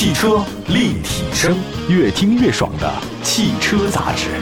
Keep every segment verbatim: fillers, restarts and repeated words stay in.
汽车立体声，越听越爽的汽车杂志。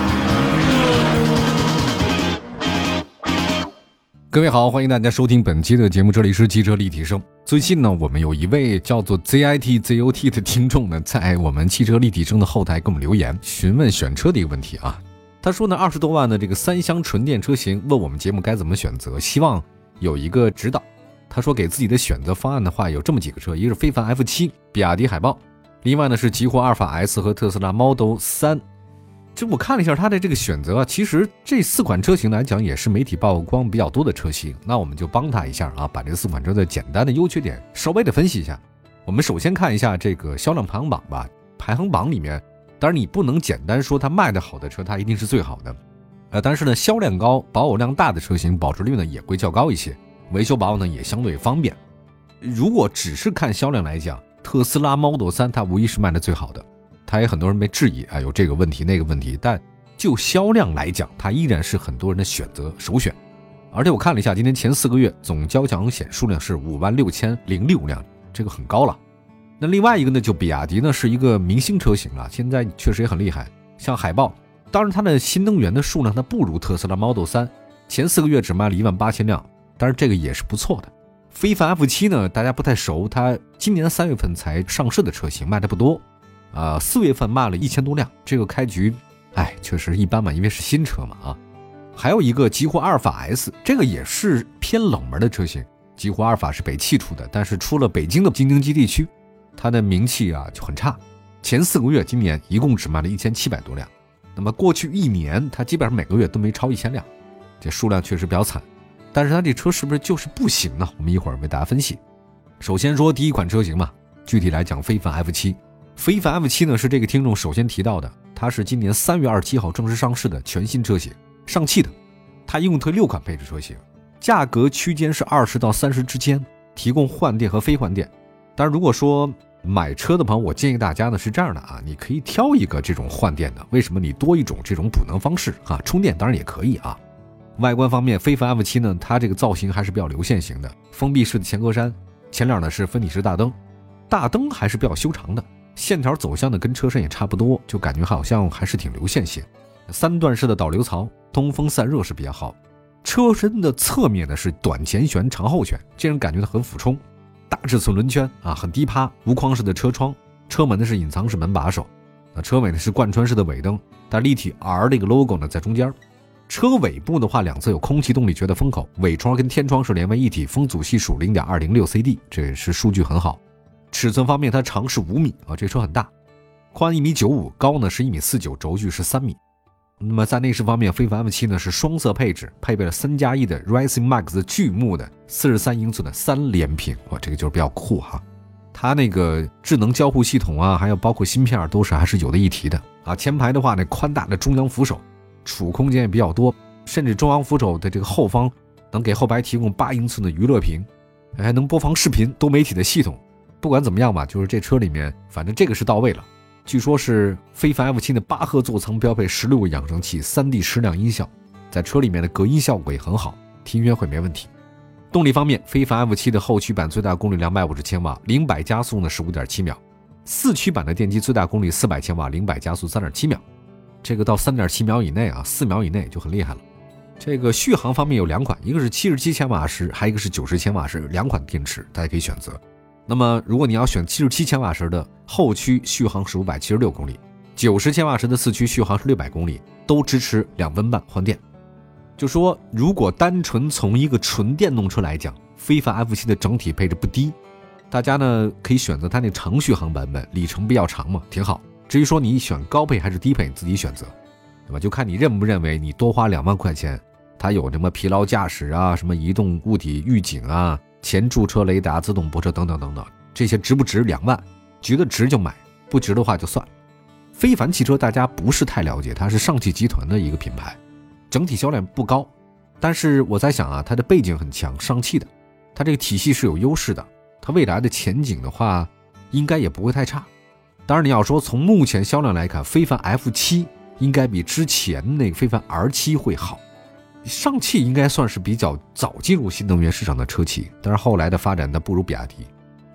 各位好，欢迎大家收听本期的节目，这里是汽车立体声。最近呢，我们有一位叫做 Z I T Z O T 的听众呢，在我们汽车立体声的后台给我们留言，询问选车的一个问题啊。他说呢，二十多万的这个三厢纯电车型，问我们节目该怎么选择，希望有一个指导。他说给自己的选择方案的话，有这么几个车，一个是非凡 F 七、比亚迪海豹，另外呢是极狐阿尔法 S 和特斯拉 Model 三。这我看了一下他的这个选择啊，其实这四款车型来讲也是媒体曝光比较多的车型，那我们就帮他一下啊，把这四款车的简单的优缺点稍微的分析一下。我们首先看一下这个销量排行榜吧，排行榜里面，当然你不能简单说它卖的好的车它一定是最好的，呃，但是呢销量高、保有量大的车型保值率呢也会较高一些，维修保养呢也相对方便。如果只是看销量来讲，特斯拉 Model 三它无疑是卖的最好的，它也很多人被质疑啊，有这个问题那个问题，但就销量来讲，它依然是很多人的选择首选。而且我看了一下，今年前四个月总交强险数量是五万六千零六辆，这个很高了。那另外一个呢，就比亚迪呢是一个明星车型了，现在确实也很厉害。像海豹，当然它的新能源的数量它不如特斯拉 Model 三，前四个月只卖了一万八千辆，当然这个也是不错的。非凡 F 七 呢，大家不太熟，它今年三月份才上市的车型，卖的不多。呃，四月份卖了一千多辆，这个开局，哎，确实一般嘛，因为是新车嘛啊。还有一个极狐阿尔法 S， 这个也是偏冷门的车型。极狐阿尔法是北汽出的，但是出了北京的京津冀地区，它的名气啊就很差。前四个月，今年一共只卖了一千七百多辆。那么过去一年，它基本上每个月都没超一千辆，这数量确实比较惨。但是它这车是不是就是不行呢？我们一会儿为大家分析。首先说第一款车型嘛，具体来讲，非凡 F 七。非凡 F 七 呢是这个听众首先提到的，它是今年三月二十七号正式上市的全新车型，上汽的。它一共推六款配置车型，价格区间是二十到三十之间，提供换电和非换电。当然如果说买车的朋友，我建议大家呢是这样的啊，你可以挑一个这种换电的，为什么？你多一种这种补能方式啊，充电当然也可以啊。外观方面，非凡 F 七 呢，它这个造型还是比较流线型的，封闭式的前格栅，前脸呢是分体式大灯，大灯还是比较修长的，线条走向的跟车身也差不多，就感觉好像还是挺流线型。三段式的导流槽，通风散热是比较好。车身的侧面呢是短前悬长后悬，这样感觉到很俯冲。大尺寸轮圈啊，很低趴，无框式的车窗，车门呢是隐藏式门把手，那车尾呢是贯穿式的尾灯，但立体 R 这个 logo 呢在中间。车尾部的话，两侧有空气动力学的风口，尾窗跟天窗是连为一体，风阻系数 零点二零六 C D， 这也是数据很好。尺寸方面，它长是五米啊，这车很大，宽一米九五，高呢是一米四九，轴距是三米。那么在内饰方面，非凡 F 七 呢是双色配置，配备了三加一的 Rising Max 巨幕的四十三英寸的三连屏，哇，这个就是比较酷哈。它那个智能交互系统啊，还有包括芯片都是还是有的一提的啊。前排的话呢，宽大的中央扶手，储空间也比较多，甚至中央扶手的这个后方能给后排提供八英寸的娱乐屏，还能播放视频，多媒体的系统。不管怎么样吧，就是这车里面反正这个是到位了。据说是非凡 F 七 的八核座舱标配十六个扬声器， 三 D 矢量音效，在车里面的隔音效果也很好，听音乐会没问题。动力方面，非凡 F 七 的后驱版最大功率两百五十千瓦，零百加速呢是 五点七秒，四驱版的电机最大功率四百千瓦，零百加速 三点七秒，这个到 三点七秒以内啊，四秒以内就很厉害了。这个续航方面有两款，一个是七十七千瓦时，还有一个是九十千瓦时，两款电池大家可以选择。那么如果你要选七十七千瓦时的后驱，续航是五百七十六公里，九十千瓦时的四驱续航是六百公里，都支持两分半换电。就说如果单纯从一个纯电动车来讲，非凡 F 七 的整体配置不低，大家呢可以选择它那长续航版本，里程比较长嘛，挺好。至于说你选高配还是低配，你自己选择，对吧？就看你认不认为你多花两万块钱，它有什么疲劳驾驶啊，什么移动物体预警啊，前驻车雷达、自动泊车等等等等，这些值不值两万？觉得值就买，不值的话就算。非凡汽车大家不是太了解，它是上汽集团的一个品牌，整体销量不高，但是我在想啊，它的背景很强，上汽的，它这个体系是有优势的，它未来的前景的话，应该也不会太差。当然你要说从目前销量来看，非凡 F 七 应该比之前那个非凡 R 七 会好。上汽应该算是比较早进入新能源市场的车企，但是后来的发展呢不如比亚迪。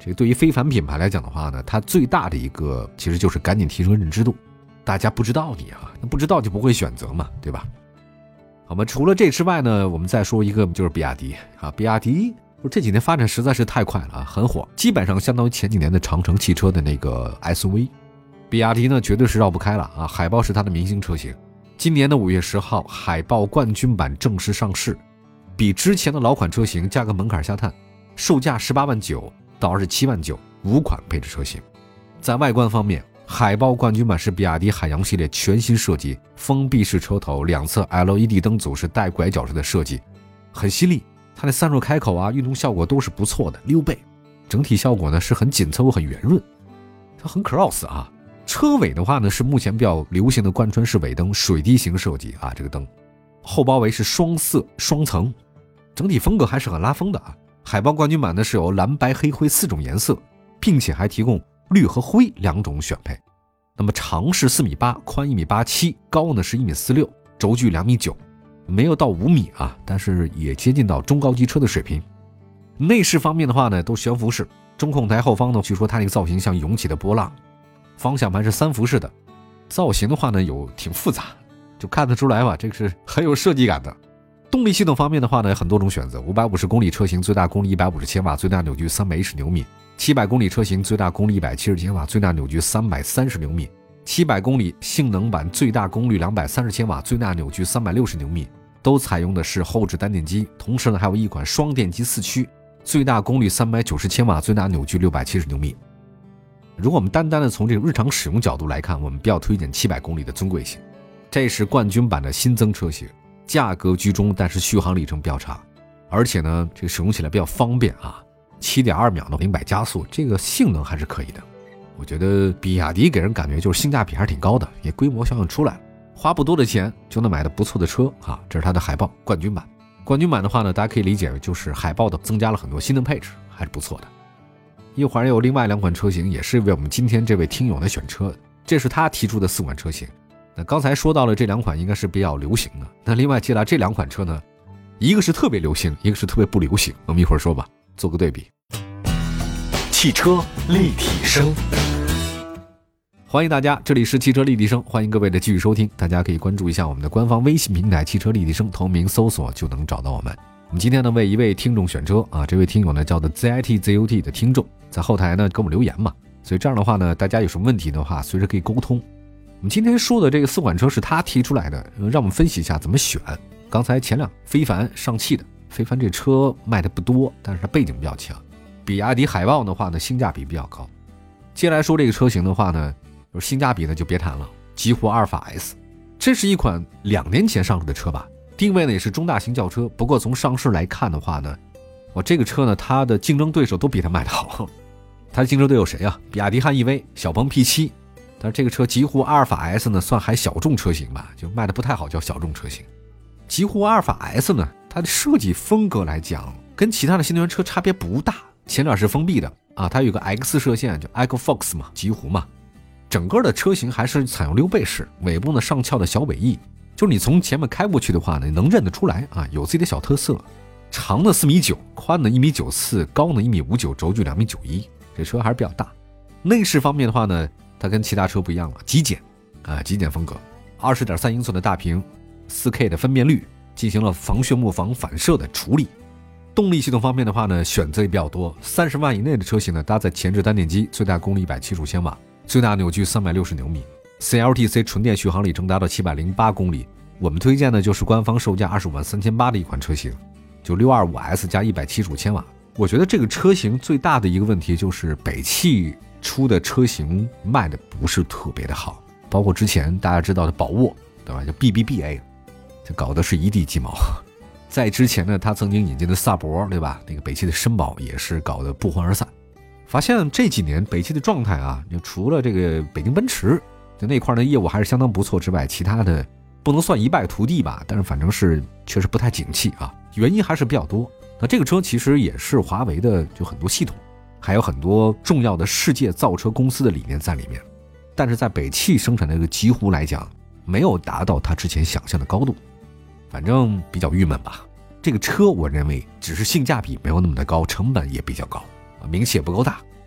这个对于非凡品牌来讲的话呢，它最大的一个其实就是赶紧提升认知度，大家不知道你啊，那不知道就不会选择嘛，对吧？好嘛，除了这之外呢，我们再说一个就是比亚迪啊，比亚迪这几年发展实在是太快了啊，很火，基本上相当于前几年的长城汽车的那个 S U V。比亚迪呢绝对是绕不开了啊，海豹是它的明星车型。今年的五月十号，海豹冠军版正式上市，比之前的老款车型价格门槛下探，售价十八万九到二十七万九，五款配置车型。在外观方面，海豹冠军版是比亚迪海洋系列全新设计，封闭式车头，两侧 L E D 灯组是带拐角式的设计，很犀利。它的散热开口啊，运动效果都是不错的，溜背。整体效果呢是很紧凑很圆润，它很 cross 啊。车尾的话呢是目前比较流行的贯穿式尾灯，水滴型设计啊，这个灯后包围是双色双层，整体风格还是很拉风的啊。海豹冠军版呢是有蓝白黑灰四种颜色，并且还提供绿和灰两种选配。那么长是四米八，宽一米八七，高呢是一米四六，轴距两米九，没有到五米啊，但是也接近到中高级车的水平。内饰方面的话呢都悬浮式，中控台后方呢据说它那个造型像涌起的波浪，方向盘是三辐式的，造型的话呢有挺复杂，就看得出来吧，这个是很有设计感的。动力系统方面的话呢很多种选择，五百五十公里车型最大功率一百五十千瓦，最大扭矩三百一十牛米，七百公里车型最大功率一百七十千瓦，最大扭矩三百三十牛米，七百公里性能版最大功率两百三十千瓦，最大扭矩三百六十牛米，都采用的是后置单电机，同时呢还有一款双电机四驱，最大功率三百九十千瓦，最大扭矩六百七十牛米。如果我们单单的从这个日常使用角度来看，我们比较推荐七百公里的尊贵型，这是冠军版的新增车型，价格居中，但是续航里程比较长，而且呢这个使用起来比较方便啊， 七点二秒的零百加速，这个性能还是可以的。我觉得比亚迪给人感觉就是性价比还是挺高的，也规模效应出来了，花不多的钱就能买到不错的车啊。这是它的海豹冠军版。冠军版的话呢，大家可以理解为就是海豹的增加了很多新的配置，还是不错的。一会儿有另外两款车型也是为我们今天这位听友的选车，这是他提出的四款车型。那刚才说到了这两款应该是比较流行的，那另外接下来这两款车呢，一个是特别流行，一个是特别不流行，我们一会儿说吧，做个对比。 汽车立体声， 欢迎大家，这里是汽车立体声，欢迎各位的继续收听。大家可以关注一下我们的官方微信平台汽车立体声，同名搜索就能找到我们。我们今天呢为一位听众选车啊，这位听友呢叫做 Z I T Z O T 的听众，在后台呢给我们留言嘛，所以这样的话呢，大家有什么问题的话随时可以沟通。我们今天说的这个四款车是他提出来的，让我们分析一下怎么选。刚才前两非凡上汽的，非凡这车卖的不多，但是它背景比较强。比亚迪海豹的话呢性价比比较高。接下来说这个车型的话呢，就是性价比呢就别谈了，极狐阿尔法 S， 这是一款两年前上市的车吧，定位呢也是中大型轿车，不过从上市来看的话呢，我这个车呢它的竞争对手都比它卖得好。它的竞争对手谁啊？比亚迪汉 E V、小鹏 P 七， 但是这个车极狐阿尔法 S 呢算还小众车型吧，就卖得不太好，叫小众车型。极狐阿尔法 S 呢，它的设计风格来讲跟其他的新能源车差别不大，前脸是封闭的啊，它有个 X 射线，就 Echo Fox 嘛，极狐嘛。整个的车型还是采用溜背式，尾部呢上翘的小尾翼，就是你从前面开过去的话呢，能认得出来啊，有自己的小特色。长的四米九，宽的一米九四，高呢一米五九，轴距两米九一，这车还是比较大。内饰方面的话呢，它跟其他车不一样了，极简啊，极简风格， 二十点三英寸的大屏， 四 K 的分辨率，进行了防眩目防反射的处理。动力系统方面的话呢，选择也比较多，三十万以内的车型呢，搭载前置单电机，最大功率一百七十五千瓦，最大扭矩三百六十牛米， C L T C 纯电续航里程达到七百零八公里。我们推荐的就是官方售价二十五万三千八的一款车型，就 六二五 S 加一百七十五千瓦。我觉得这个车型最大的一个问题就是北汽出的车型卖的不是特别的好，包括之前大家知道的宝沃，对吧？就 B B B A， 这搞的是一地鸡毛。在之前呢，他曾经引进的萨博，对吧？那个北汽的绅宝也是搞得不欢而散。发现这几年北汽的状态啊，就除了这个北京奔驰就那块的业务还是相当不错之外，其他的不能算一败涂地吧，但是反正是确实不太景气啊，原因还是比较多。那这个车其实也是华为的就很多系统，还有很多重要的世界造车公司的理念在里面，但是在北汽生产的这个极狐来讲，没有达到他之前想象的高度，反正比较郁闷吧。这个车我认为只是性价比没有那么的高，成本也比较高，名气也不够大，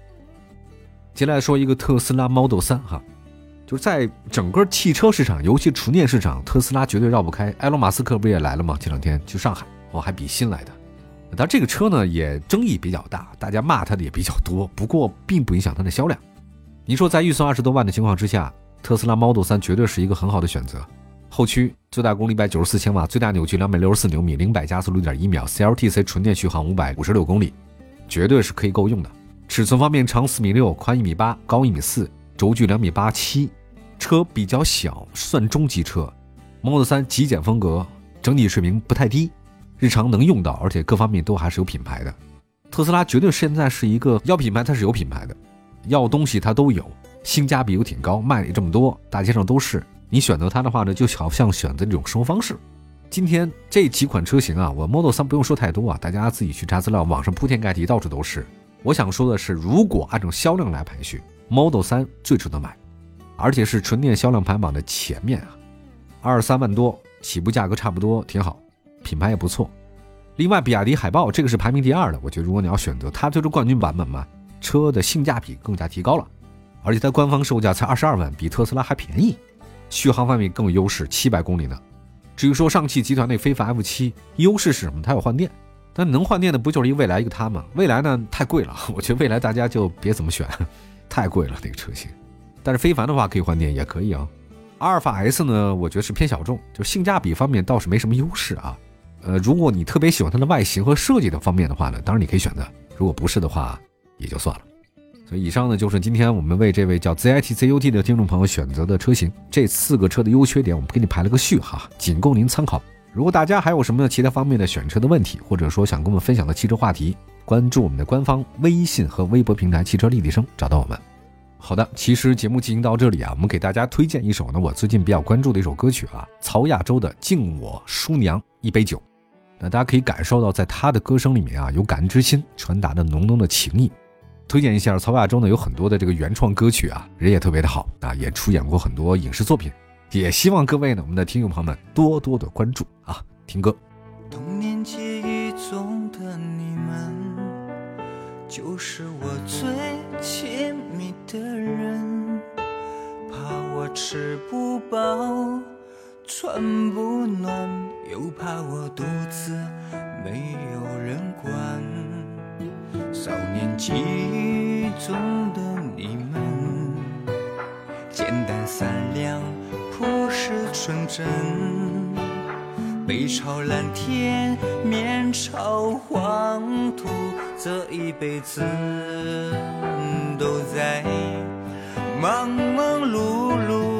接下来说一个特斯拉 Model 三哈，就是在整个汽车市场，尤其纯电市场，特斯拉绝对绕不开。埃隆马斯克不也来了吗？前两天去上海，哦，还比心来的。但这个车呢也争议比较大，大家骂它的也比较多，不过并不影响它的销量。你说在预算二十多万的情况之下，特斯拉 Model 三绝对是一个很好的选择。后驱最大功率一百九十四千瓦，最大扭矩两百六十四牛米，零百加速 六点一秒 ，C L T C 纯电续航五百五十六公里，绝对是可以够用的。尺寸方面，长四米六，宽一米八，高一米四，轴距两米八七，车比较小，算中级车。Model 三极简风格，整体水平不太低，日常能用到，而且各方面都还是有品牌的。特斯拉绝对现在是一个要品牌，它是有品牌的，要东西它都有，性价比又挺高，卖了这么多，大街上都是。你选择它的话呢，就好像选择这种生活方式。今天这几款车型啊，我 Model 三不用说太多啊，大家自己去查资料，网上铺天盖地，到处都是。我想说的是，如果按照销量来排序， Model 三最值得买，而且是纯电销量排行榜的前面啊，二十三万多，起步价格差不多，挺好，品牌也不错。另外，比亚迪海豹这个是排名第二的，我觉得如果你要选择它，就是冠军版本嘛，车的性价比更加提高了，而且它官方售价才二十二万，比特斯拉还便宜，续航范围更有优势，七百公里呢。至于说上汽集团那非凡 F 七， 优势是什么？它有换电，但能换电的不就是一个蔚来一个它吗？蔚来呢太贵了，我觉得蔚来大家就别怎么选，太贵了那个车型。但是非凡的话可以换电也可以啊。阿尔法 S 呢，我觉得是偏小众，就性价比方面倒是没什么优势啊。呃，如果你特别喜欢它的外形和设计的方面的话呢，当然你可以选择，如果不是的话也就算了。所以以上呢就是今天我们为这位叫 Z I T Z U T 的听众朋友选择的车型，这四个车的优缺点我们给你排了个序哈，仅供您参考。如果大家还有什么其他方面的选车的问题，或者说想跟我们分享的汽车话题，关注我们的官方微信和微博平台汽车立体声找到我们。好的，其实节目进行到这里啊，我们给大家推荐一首呢我最近比较关注的一首歌曲啊，曹亚洲的《敬我叔娘一杯酒》。那大家可以感受到在他的歌声里面啊，有感恩之心传达的浓浓的情谊。推荐一下曹亚洲呢有很多的这个原创歌曲啊，人也特别的好啊，也出演过很多影视作品，也希望各位呢我们的听众朋友们多多的关注啊，听歌。 童年记忆中的你们，就是我最亲密的人，怕我吃不饱穿不暖，又怕我肚子没有人管。少年记忆中的你们，简单善良朴实纯真，背朝蓝天面朝黄土，这一辈子都在忙忙碌碌。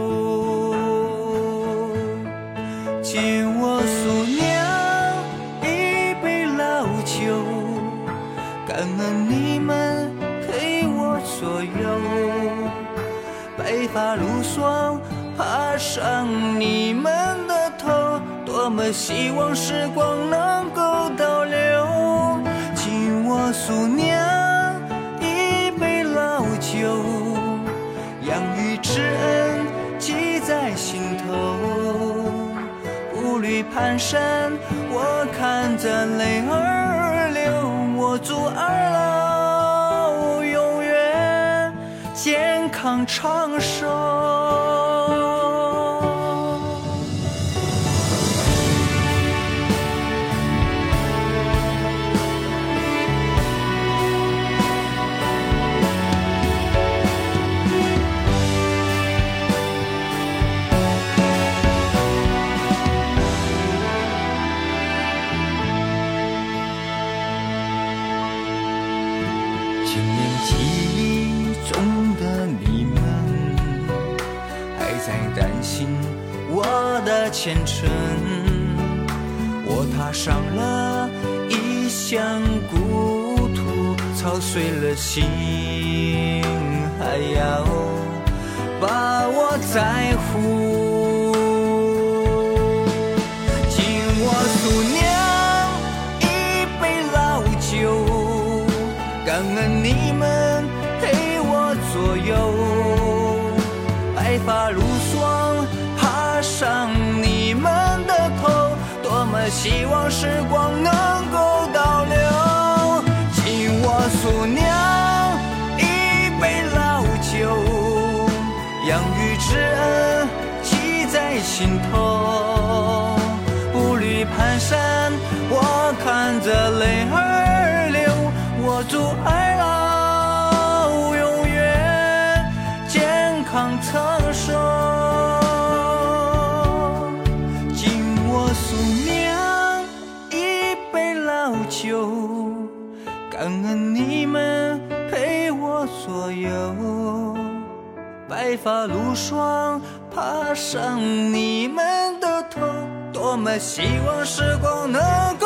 敬我叔娘一杯老酒，感恩你们陪我左右，白发如霜爬上你们的头，多么希望时光能够倒流。敬我叔娘一杯老酒，养育之恩记在心头，步履蹒跚我看着泪儿流，我祝二老永远健康长寿。前程，我踏上了异乡故土，操碎了心，还要把我在乎。敬我叔娘一杯老酒，感恩你们陪我左右，白发如霜爬上你们的头，多么希望时光能够倒流。敬我叔娘一杯老的泪儿流，我祝爱老永远健康长寿。敬我叔娘一杯老酒，感恩你们陪我左右，白发如霜爬上你们的头，多么希望时光能够